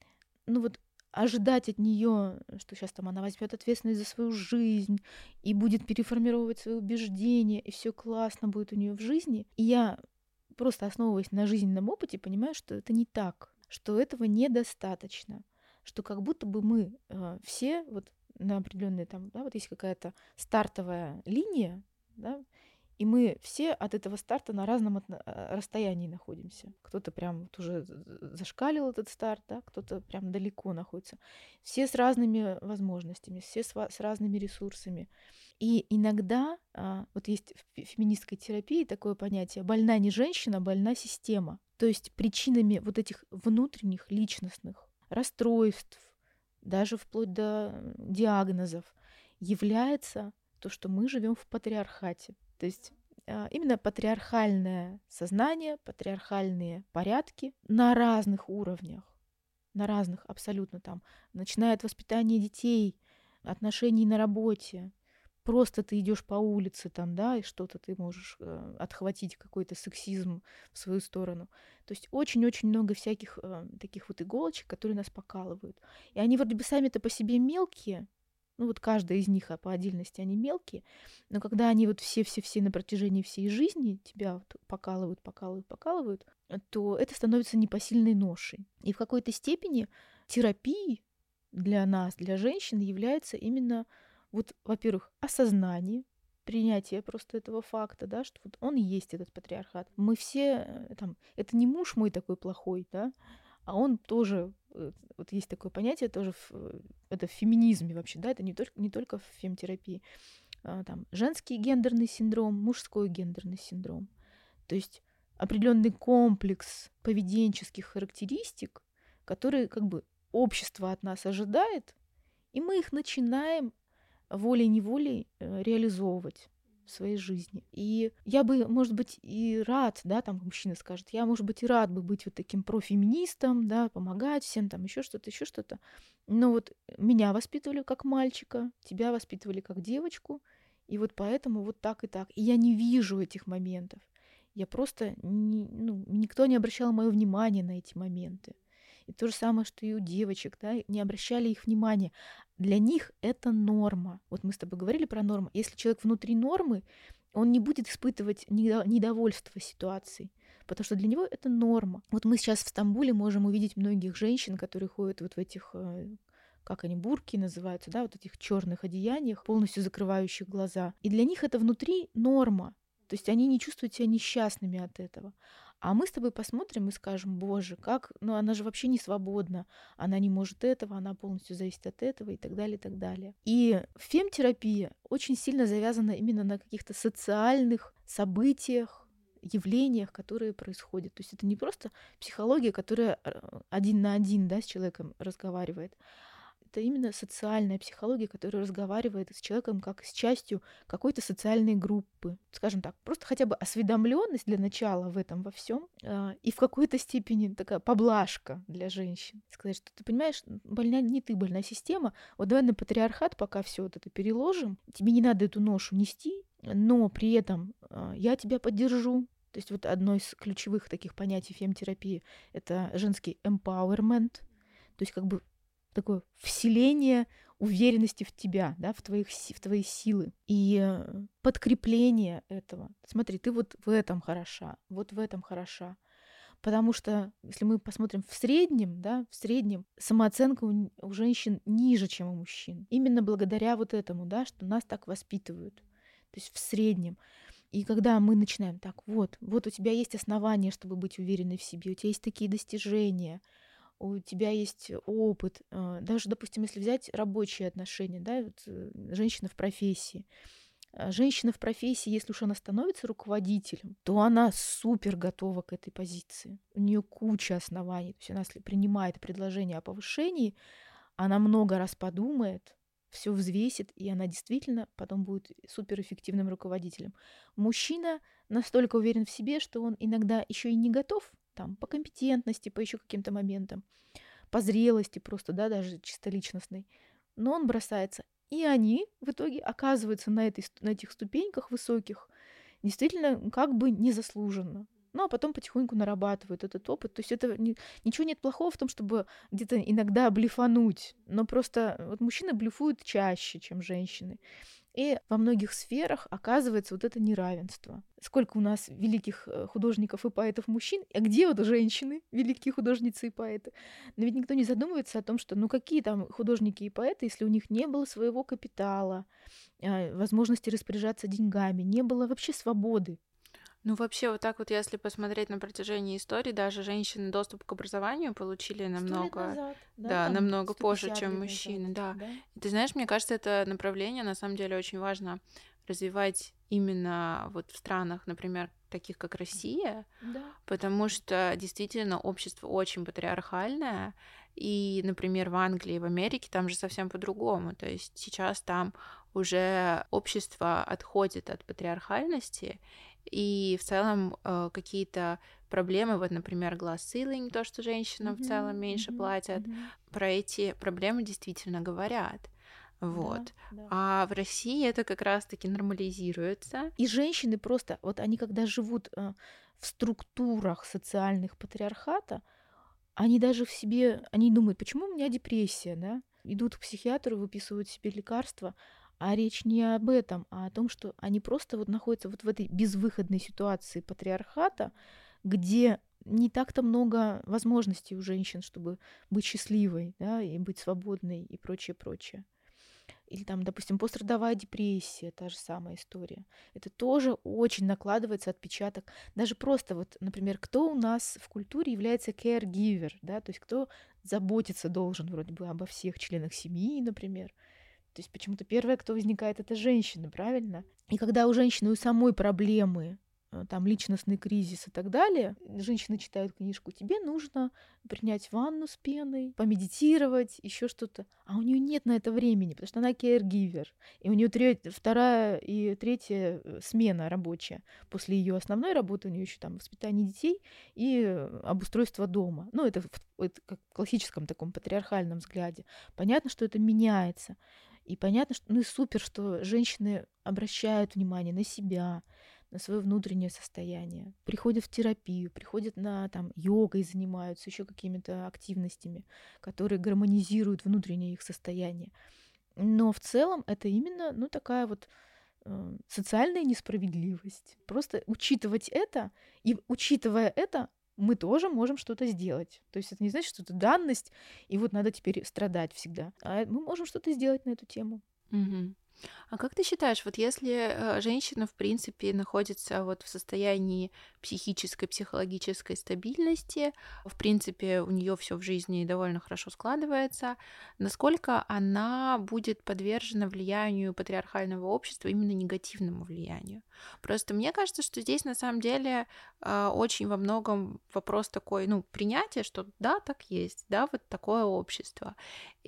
ну вот, ожидать от нее, что сейчас там она возьмет ответственность за свою жизнь и будет переформировать свои убеждения, и все классно будет у нее в жизни. И я, просто основываясь на жизненном опыте, понимаю, что это не так, что этого недостаточно, что как будто бы мы все вот на определенной там, да, вот есть какая-то стартовая линия, да, и мы все от этого старта на разном расстоянии находимся. Кто-то прям вот уже зашкалил этот старт, да, кто-то прям далеко находится. Все с разными возможностями, все с разными ресурсами. И иногда вот есть в феминистской терапии такое понятие: больна не женщина, больна система. То есть причинами вот этих внутренних личностных расстройств, даже вплоть до диагнозов, является то, что мы живем в патриархате. То есть именно патриархальное сознание, патриархальные порядки на разных уровнях, на разных абсолютно там, начиная от воспитания детей, отношений на работе. Просто ты идешь по улице там, да, и что-то ты можешь отхватить какой-то сексизм в свою сторону. То есть очень-очень много всяких таких вот иголочек, которые нас покалывают. И они вроде бы сами-то по себе мелкие, ну вот каждая из них по отдельности они мелкие, но когда они вот все-все-все на протяжении всей жизни тебя вот покалывают, покалывают, покалывают, то это становится непосильной ношей. И в какой-то степени терапией для нас, для женщин, является именно вот, во-первых, осознание, принятие просто этого факта, да, что вот он и есть этот патриархат. Мы все там, это не муж мой такой плохой, да, а он тоже, вот есть такое понятие тоже, это в феминизме вообще, да, это не только в фемтерапии, там, женский гендерный синдром, мужской гендерный синдром. То есть определенный комплекс поведенческих характеристик, которые как бы общество от нас ожидает, и мы их начинаем волей-неволей реализовывать в своей жизни. И я бы, может быть, и рад, да, там мужчина скажет, я, может быть, и рад бы быть вот таким профеминистом, да, помогать всем, там еще что-то, еще что-то. Но вот меня воспитывали как мальчика, тебя воспитывали как девочку, и вот поэтому вот так и так. И я не вижу этих моментов. Я просто, никто не обращал мое внимание на эти моменты. И то же самое, что и у девочек, да, не обращали их внимания. Для них это норма. Вот мы с тобой говорили про норму. Если человек внутри нормы, он не будет испытывать недовольство ситуацией, потому что для него это норма. Вот мы сейчас в Стамбуле можем увидеть многих женщин, которые ходят вот в этих, как они, бурки называются, да, вот этих черных одеяниях, полностью закрывающих глаза. И для них это внутри норма. То есть они не чувствуют себя несчастными от этого. А мы с тобой посмотрим и скажем: боже, как, ну она же вообще не свободна, она не может этого, она полностью зависит от этого и так далее, и так далее. И фемтерапия очень сильно завязана именно на каких-то социальных событиях, явлениях, которые происходят. То есть это не просто психология, которая один на один, да, с человеком разговаривает. Это именно социальная психология, которая разговаривает с человеком как с частью какой-то социальной группы. Скажем так, просто хотя бы осведомленность для начала в этом во всем, и в какой-то степени такая поблажка для женщин. Сказать, что ты понимаешь, больна не ты, больна система. Вот давай на патриархат пока все вот это переложим. Тебе не надо эту ношу нести, но при этом я тебя поддержу. То есть вот одно из ключевых таких понятий фемтерапии — это женский empowerment. То есть как бы такое вселение уверенности в тебя, да, в твои силы. И подкрепление этого. Смотри, ты вот в этом хороша, вот в этом хороша. Потому что, если мы посмотрим в среднем, да, в среднем самооценка у женщин ниже, чем у мужчин. Именно благодаря вот этому, да, что нас так воспитывают. То есть в среднем. И когда мы начинаем так, вот у тебя есть основания, чтобы быть уверенной в себе, у тебя есть такие достижения, у тебя есть опыт. Даже, допустим, если взять рабочие отношения, да, вот, женщина в профессии. Женщина в профессии, если уж она становится руководителем, то она супер готова к этой позиции. У нее куча оснований. То есть она, если принимает предложение о повышении, она много раз подумает, все взвесит, и она действительно потом будет суперэффективным руководителем. Мужчина настолько уверен в себе, что он иногда еще и не готов там по компетентности, по еще каким-то моментам, по зрелости просто, да, даже чисто личностной. Но он бросается. И они в итоге оказываются на этих ступеньках высоких, действительно, как бы незаслуженно. Ну, а потом потихоньку нарабатывают этот опыт. То есть ничего нет плохого в том, чтобы где-то иногда блефануть. Но просто вот мужчины блефуют чаще, чем женщины. И во многих сферах оказывается вот это неравенство. Сколько у нас великих художников и поэтов мужчин, а где вот женщины, великие художницы и поэты? Но ведь никто не задумывается о том, что ну какие там художники и поэты, если у них не было своего капитала, возможности распоряжаться деньгами, не было вообще свободы. Ну, вообще, вот так вот, если посмотреть на протяжении истории, даже женщины доступ к образованию получили 100 лет намного, назад, да, да, там намного позже, 150 чем лет мужчины, назад, да. да. И ты знаешь, мне кажется, это направление на самом деле очень важно развивать именно вот в странах, например, таких как Россия, Да. потому что действительно общество очень патриархальное, и, например, в Англии, в Америке там же совсем по-другому, то есть сейчас там уже общество отходит от патриархальности, и в целом какие-то проблемы, вот, например, glass ceiling, то, что женщинам в целом меньше платят, про эти проблемы действительно говорят. Да, Вот. да. А в России это как раз-таки нормализируется. И женщины просто, вот они когда живут в структурах социальных патриархата, они даже в себе, они думают, почему у меня депрессия, да? Идут к психиатру, выписывают себе лекарства, а речь не об этом, а о том, что они просто вот находятся вот в этой безвыходной ситуации патриархата, где не так-то много возможностей у женщин, чтобы быть счастливой, да, и быть свободной и прочее, прочее. Или там, допустим, пострадовая депрессия, та же самая история. Это тоже очень накладывается отпечаток. Даже просто вот, например, кто у нас в культуре является caregiver, да, то есть кто заботиться должен вроде бы обо всех членах семьи, например. То есть почему-то первое, кто возникает, это женщина, правильно? И когда у женщины у самой проблемы, там личностный кризис и так далее, женщины читают книжку, тебе нужно принять ванну с пеной, помедитировать, еще что-то. А у нее нет на это времени, потому что она caregiver. И у нее вторая и третья смена рабочая. После ее основной работы у нее еще там воспитание детей и обустройство дома. Ну, это как в классическом таком патриархальном взгляде. Понятно, что это меняется. И понятно, что ну и супер, что женщины обращают внимание на себя, на свое внутреннее состояние, приходят в терапию, приходят на там йогой занимаются, еще какими-то активностями, которые гармонизируют внутреннее их состояние. Но в целом это именно, ну, такая вот социальная несправедливость. Просто учитывать это, и учитывая это, мы тоже можем что-то сделать. То есть это не значит, что это данность, и вот надо теперь страдать всегда. А мы можем что-то сделать на эту тему. Мгм. А как ты считаешь, вот если женщина, в принципе, находится вот в состоянии психической, психологической стабильности, в принципе, у нее все в жизни довольно хорошо складывается, насколько она будет подвержена влиянию патриархального общества, именно негативному влиянию? Просто мне кажется, что здесь на самом деле очень во многом вопрос такой, ну, принятия, что да, так есть, да, вот такое общество.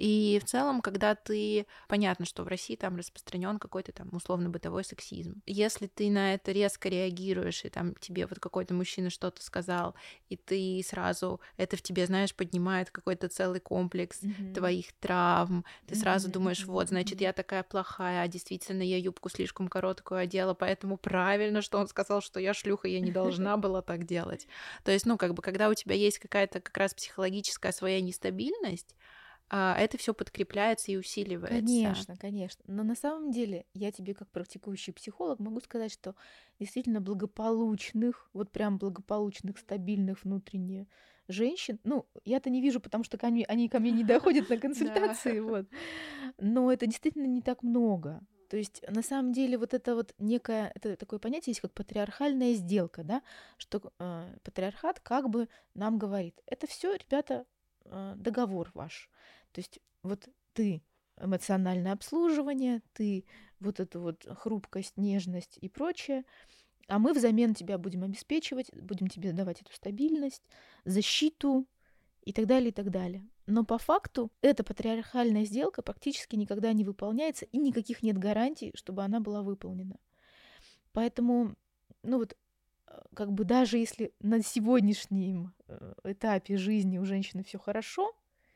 И в целом, когда ты... Понятно, что в России там распространен какой-то там условно-бытовой сексизм. Если ты на это резко реагируешь, и там тебе вот какой-то мужчина что-то сказал, и ты сразу... Это в тебе, знаешь, поднимает какой-то целый комплекс твоих травм. Ты сразу думаешь, вот, значит, я такая плохая, а действительно я юбку слишком короткую одела, поэтому правильно, что он сказал, что я шлюха, я не должна была так делать. То есть, ну, как бы, когда у тебя есть какая-то как раз психологическая своя нестабильность, это все подкрепляется и усиливается. Конечно, конечно. Но на самом деле я тебе как практикующий психолог могу сказать, что действительно благополучных, вот прям благополучных, стабильных внутренне женщин, ну, я-то не вижу, потому что они ко мне не доходят на Да. консультации, вот. Но это действительно не так много. То есть на самом деле вот это вот некое, это такое понятие есть, как патриархальная сделка, да, что патриархат как бы нам говорит, это все, ребята, договор ваш. То есть вот ты эмоциональное обслуживание, ты вот эту вот хрупкость, нежность и прочее, а мы взамен тебя будем обеспечивать, будем тебе давать эту стабильность, защиту и так далее, и так далее. Но по факту эта патриархальная сделка практически никогда не выполняется, и никаких нет гарантий, чтобы она была выполнена. Поэтому, ну вот, как бы даже если на сегодняшнем этапе жизни у женщины все хорошо,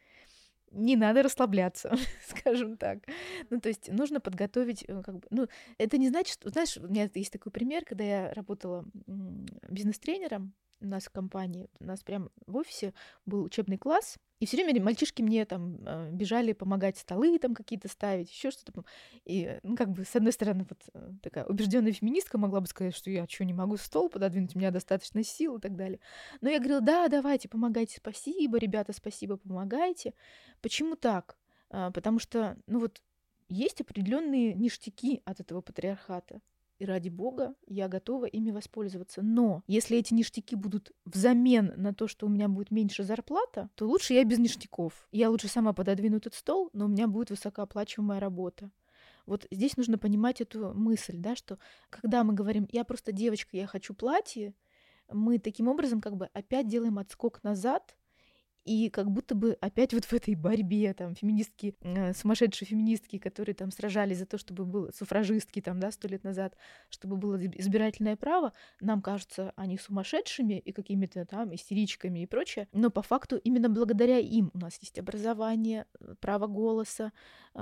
не надо расслабляться, скажем так. Ну, то есть нужно подготовить, как бы, ну, это не значит, что, знаешь, у меня есть такой пример, когда я работала бизнес-тренером у нас в компании, у нас прям в офисе был учебный класс, и все время мальчишки мне там бежали помогать столы там какие-то ставить, еще что-то. И, ну, как бы, с одной стороны, вот такая убежденная феминистка могла бы сказать, что я что, не могу стол пододвинуть, у меня достаточно сил и так далее. Но я говорила, да, давайте, помогайте, спасибо, ребята, спасибо, помогайте. Почему так? Потому что, ну вот, есть определенные ништяки от этого патриархата. И ради бога, я готова ими воспользоваться. Но если эти ништяки будут взамен на то, что у меня будет меньше зарплата, то лучше я без ништяков. Я лучше сама пододвину этот стол, но у меня будет высокооплачиваемая работа. Вот здесь нужно понимать эту мысль, да, что когда мы говорим «я просто девочка, я хочу платье», мы таким образом как бы опять делаем отскок назад, и как будто бы опять вот в этой борьбе там феминистки, сумасшедшие феминистки, которые там сражались за то, чтобы было суфражистки там, да, 100 лет назад, чтобы было избирательное право, нам кажутся они сумасшедшими и какими-то там истеричками и прочее. Но по факту именно благодаря им у нас есть образование, право голоса,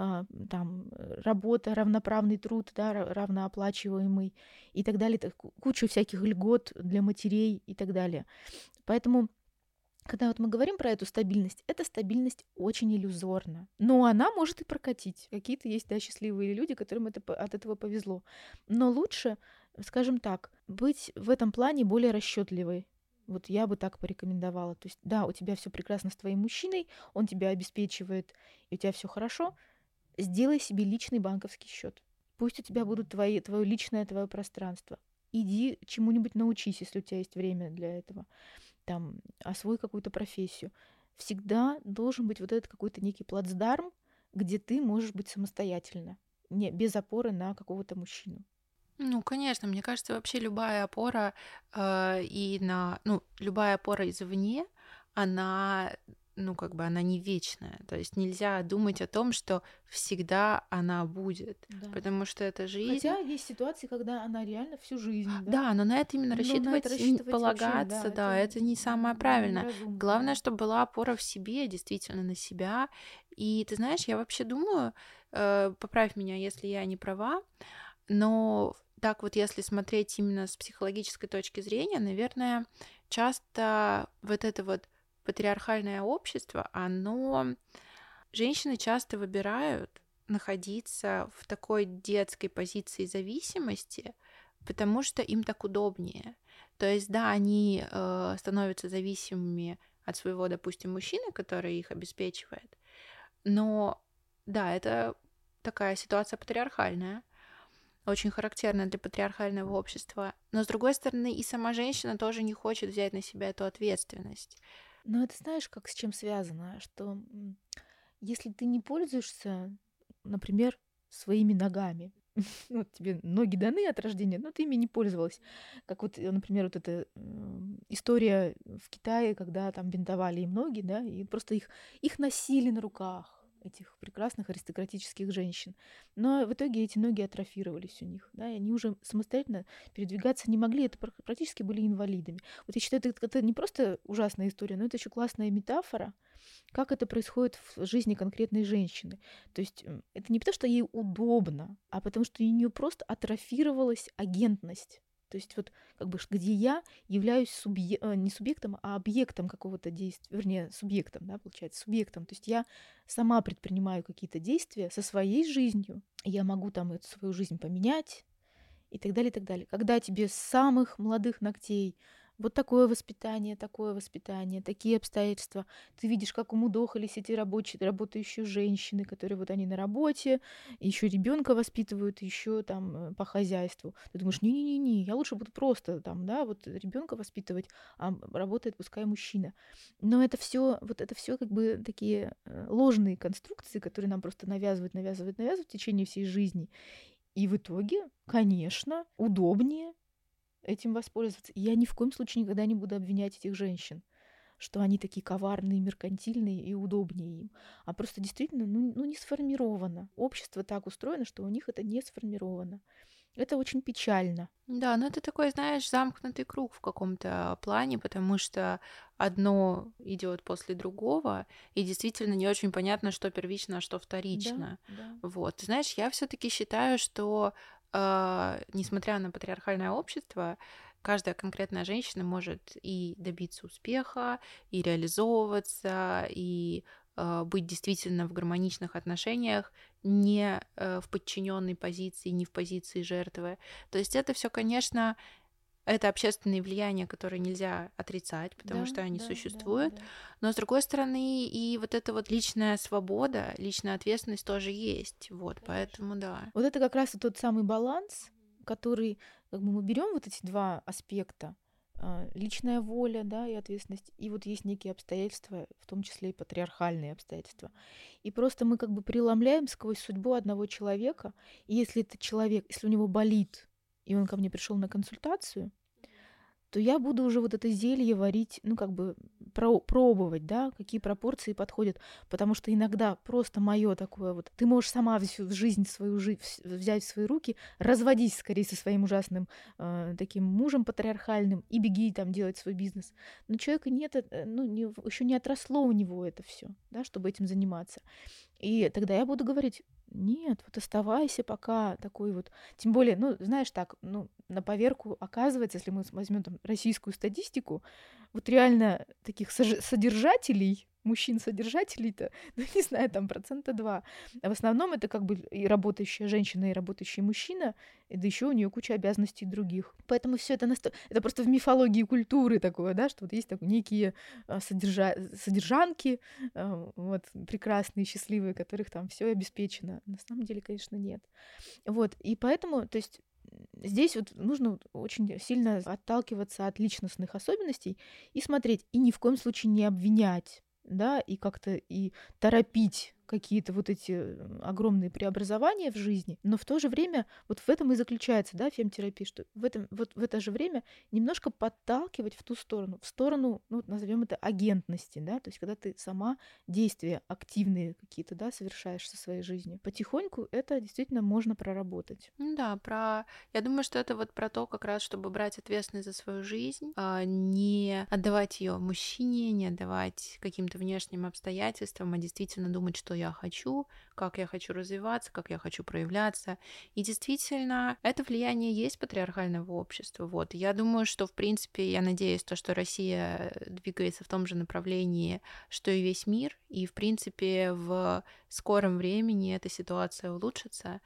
там работа, равноправный труд, да, равнооплачиваемый и так далее, куча всяких льгот для матерей и так далее. Поэтому когда вот мы говорим про эту стабильность, эта стабильность очень иллюзорна. Но она может и прокатить. Какие-то есть, да, счастливые люди, которым от этого повезло. Но лучше, скажем так, быть в этом плане более расчетливой. Вот я бы так порекомендовала. То есть, да, у тебя все прекрасно с твоим мужчиной, он тебя обеспечивает, и у тебя все хорошо. Сделай себе личный банковский счет. Пусть у тебя будут твое личное твое пространство. Иди чему-нибудь научись, если у тебя есть время для этого, там, освой какую-то профессию. Всегда должен быть вот этот какой-то некий плацдарм, где ты можешь быть самостоятельно, не без опоры на какого-то мужчину. Ну, конечно, мне кажется, вообще любая опора любая опора извне, она, ну, как бы она не вечная. То есть нельзя думать о том, что всегда она будет, Да. потому что это жизнь. Хотя есть ситуации, когда она реально всю жизнь, да. Да, но на это именно Но на это рассчитывать вообще, полагаться, да, да, это это не самое правильное. неразумно, Главное, да. чтобы была опора в себе, действительно на себя. И ты знаешь, я вообще думаю, поправь меня, если я не права, но так вот, если смотреть именно с психологической точки зрения, наверное, часто вот это вот патриархальное общество, оно... Женщины часто выбирают находиться в такой детской позиции зависимости, потому что им так удобнее. То есть, да, они становятся зависимыми от своего, допустим, мужчины, который их обеспечивает, но да, это такая ситуация патриархальная, очень характерная для патриархального общества. Но, с другой стороны, и сама женщина тоже не хочет взять на себя эту ответственность. Но это знаешь, как с чем связано? Что если ты не пользуешься, например, своими ногами, ну, вот тебе ноги даны от рождения, но ты ими не пользовалась. Как вот, например, вот эта история в Китае, когда там бинтовали им ноги, да, и просто их носили на руках, этих прекрасных аристократических женщин. Но в итоге эти ноги атрофировались у них, да, и они уже самостоятельно передвигаться не могли, это практически были инвалидами. Вот я считаю, это не просто ужасная история, но это еще классная метафора, как это происходит в жизни конкретной женщины. То есть это не потому, что ей удобно, а потому что у нее просто атрофировалась агентность. То есть вот как бы где я являюсь не субъектом, а объектом какого-то действия, вернее, субъектом, да, получается, субъектом. То есть я сама предпринимаю какие-то действия со своей жизнью, я могу там эту свою жизнь поменять и так далее, и так далее. Когда тебе с самых молодых ногтей вот такое воспитание, такие обстоятельства. Ты видишь, как умудохались эти работающие женщины, которые вот они на работе, еще ребенка воспитывают, еще там по хозяйству. Ты думаешь, не-не-не, я лучше буду просто там, да, вот ребенка воспитывать, а работает пускай мужчина. Но это все как бы такие ложные конструкции, которые нам просто навязывают в течение всей жизни. И в итоге, конечно, удобнее этим воспользоваться. И я ни в коем случае никогда не буду обвинять этих женщин. что они такие коварные, меркантильные и удобнее им, а просто действительно, не сформировано. Общество так устроено, что у них это не сформировано. Это очень печально. Да, но это такой, знаешь, замкнутый круг в каком-то плане, потому что одно идет после другого, и действительно не очень понятно, что первично, а что Да, вторично. да. Вот. Ты знаешь, я все-таки считаю, что несмотря на патриархальное общество, каждая конкретная женщина может и добиться успеха, и реализовываться, и быть действительно в гармоничных отношениях, не в подчиненной позиции, не в позиции жертвы. То есть это все, конечно, это общественные влияния, которые нельзя отрицать, потому Да, что они да, да, существуют. да. Но с другой стороны, и вот эта вот личная свобода, личная ответственность тоже есть. Вот, Конечно. поэтому да. Вот это как раз и тот самый баланс, который, как бы мы берем вот эти два аспекта, личная воля, да, и ответственность, и вот есть некие обстоятельства, в том числе и патриархальные обстоятельства. И просто мы как бы преломляем сквозь судьбу одного человека, и если этот человек, если у него болит, и он ко мне пришел на консультацию, то я буду уже вот это зелье варить, ну, как бы пробовать, да, какие пропорции подходят. Потому что иногда просто мое такое вот, ты можешь сама всю жизнь свою взять в свои руки, разводись скорее со своим ужасным таким мужем патриархальным и беги там делать свой бизнес. Но человека нет, ну, еще не отросло у него это все, да, чтобы этим заниматься. И тогда я буду говорить: нет, вот оставайся пока такой вот. Тем более, ну, знаешь, так, ну, на поверку оказывается, если мы возьмем там российскую статистику, вот реально таких содержателей, мужчин-содержателей-то, ну, не знаю, там 2%. А в основном это как бы и работающая женщина, и работающий мужчина, и да еще у нее куча обязанностей других. Поэтому все это это просто в мифологии культуры такое, да, что вот есть так, некие содержанки, вот, прекрасные, счастливые, которых там все обеспечено. На самом деле, конечно, нет. Вот, и поэтому, то есть здесь вот нужно вот очень сильно отталкиваться от личностных особенностей и смотреть, и ни в коем случае не обвинять, да, и как-то и торопить какие-то вот эти огромные преобразования в жизни, но в то же время вот в этом и заключается, да, фемтерапия, что в этом вот в это же время немножко подталкивать в сторону, ну, назовем это агентности, да, то есть когда ты сама действия активные какие-то, да, совершаешь со своей жизнью. Потихоньку это действительно можно проработать. Ну да, я думаю, что это вот про то, как раз, чтобы брать ответственность за свою жизнь, не отдавать ее мужчине, не отдавать каким-то внешним обстоятельствам, а действительно думать, что я хочу, как я хочу развиваться, как я хочу проявляться. И действительно, это влияние есть патриархального общества. Вот. Я думаю, что, в принципе, я надеюсь, то, что Россия двигается в том же направлении, что и весь мир, и, в принципе, в скором времени эта ситуация улучшится,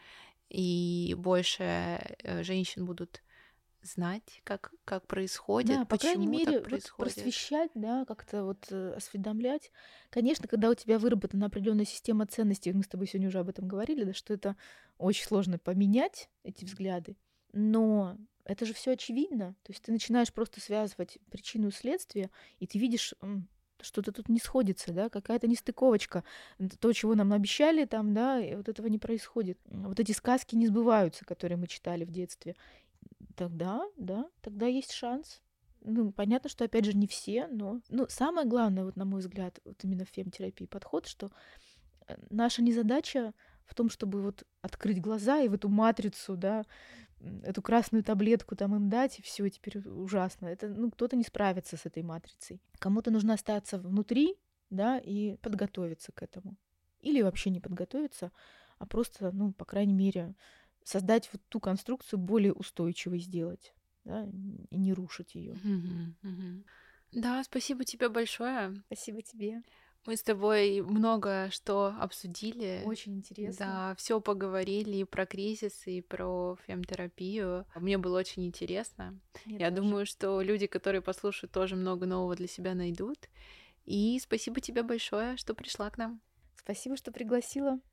и больше женщин будут знать, как Да, происходит, по крайней почему так мере, вот происходит. просвещать, да, как-то вот осведомлять. Конечно, когда у тебя выработана определенная система ценностей, мы с тобой сегодня уже об этом говорили, да, что это очень сложно поменять, эти взгляды, но это же все очевидно. То есть ты начинаешь просто связывать причину и следствие, и ты видишь, что-то тут не сходится, да, какая-то нестыковочка. То, чего нам обещали там, да, и вот этого не происходит. Вот эти сказки не сбываются, которые мы читали в детстве. Тогда, да, тогда есть шанс. Ну, понятно, что, опять же, не все, но... Ну, самое главное, вот на мой взгляд, вот именно в фемтерапии подход, что наша незадача в том, чтобы вот открыть глаза и в эту матрицу, да, эту красную таблетку там им дать, и все, теперь ужасно. Это, ну, кто-то не справится с этой матрицей. Кому-то нужно остаться внутри, да, и подготовиться к этому. Или вообще не подготовиться, а просто, ну, по крайней мере, создать вот ту конструкцию более устойчивой сделать, да, и не рушить ее. Мгм, мгм. Да, спасибо тебе большое. Спасибо тебе. Мы с тобой много что обсудили. Очень интересно. Да, все поговорили и про кризис, и про фемтерапию. Мне было очень интересно. Мне Я тоже. думаю, что люди, которые послушают, тоже много нового для себя найдут. И спасибо тебе большое, что пришла к нам. Спасибо, что пригласила.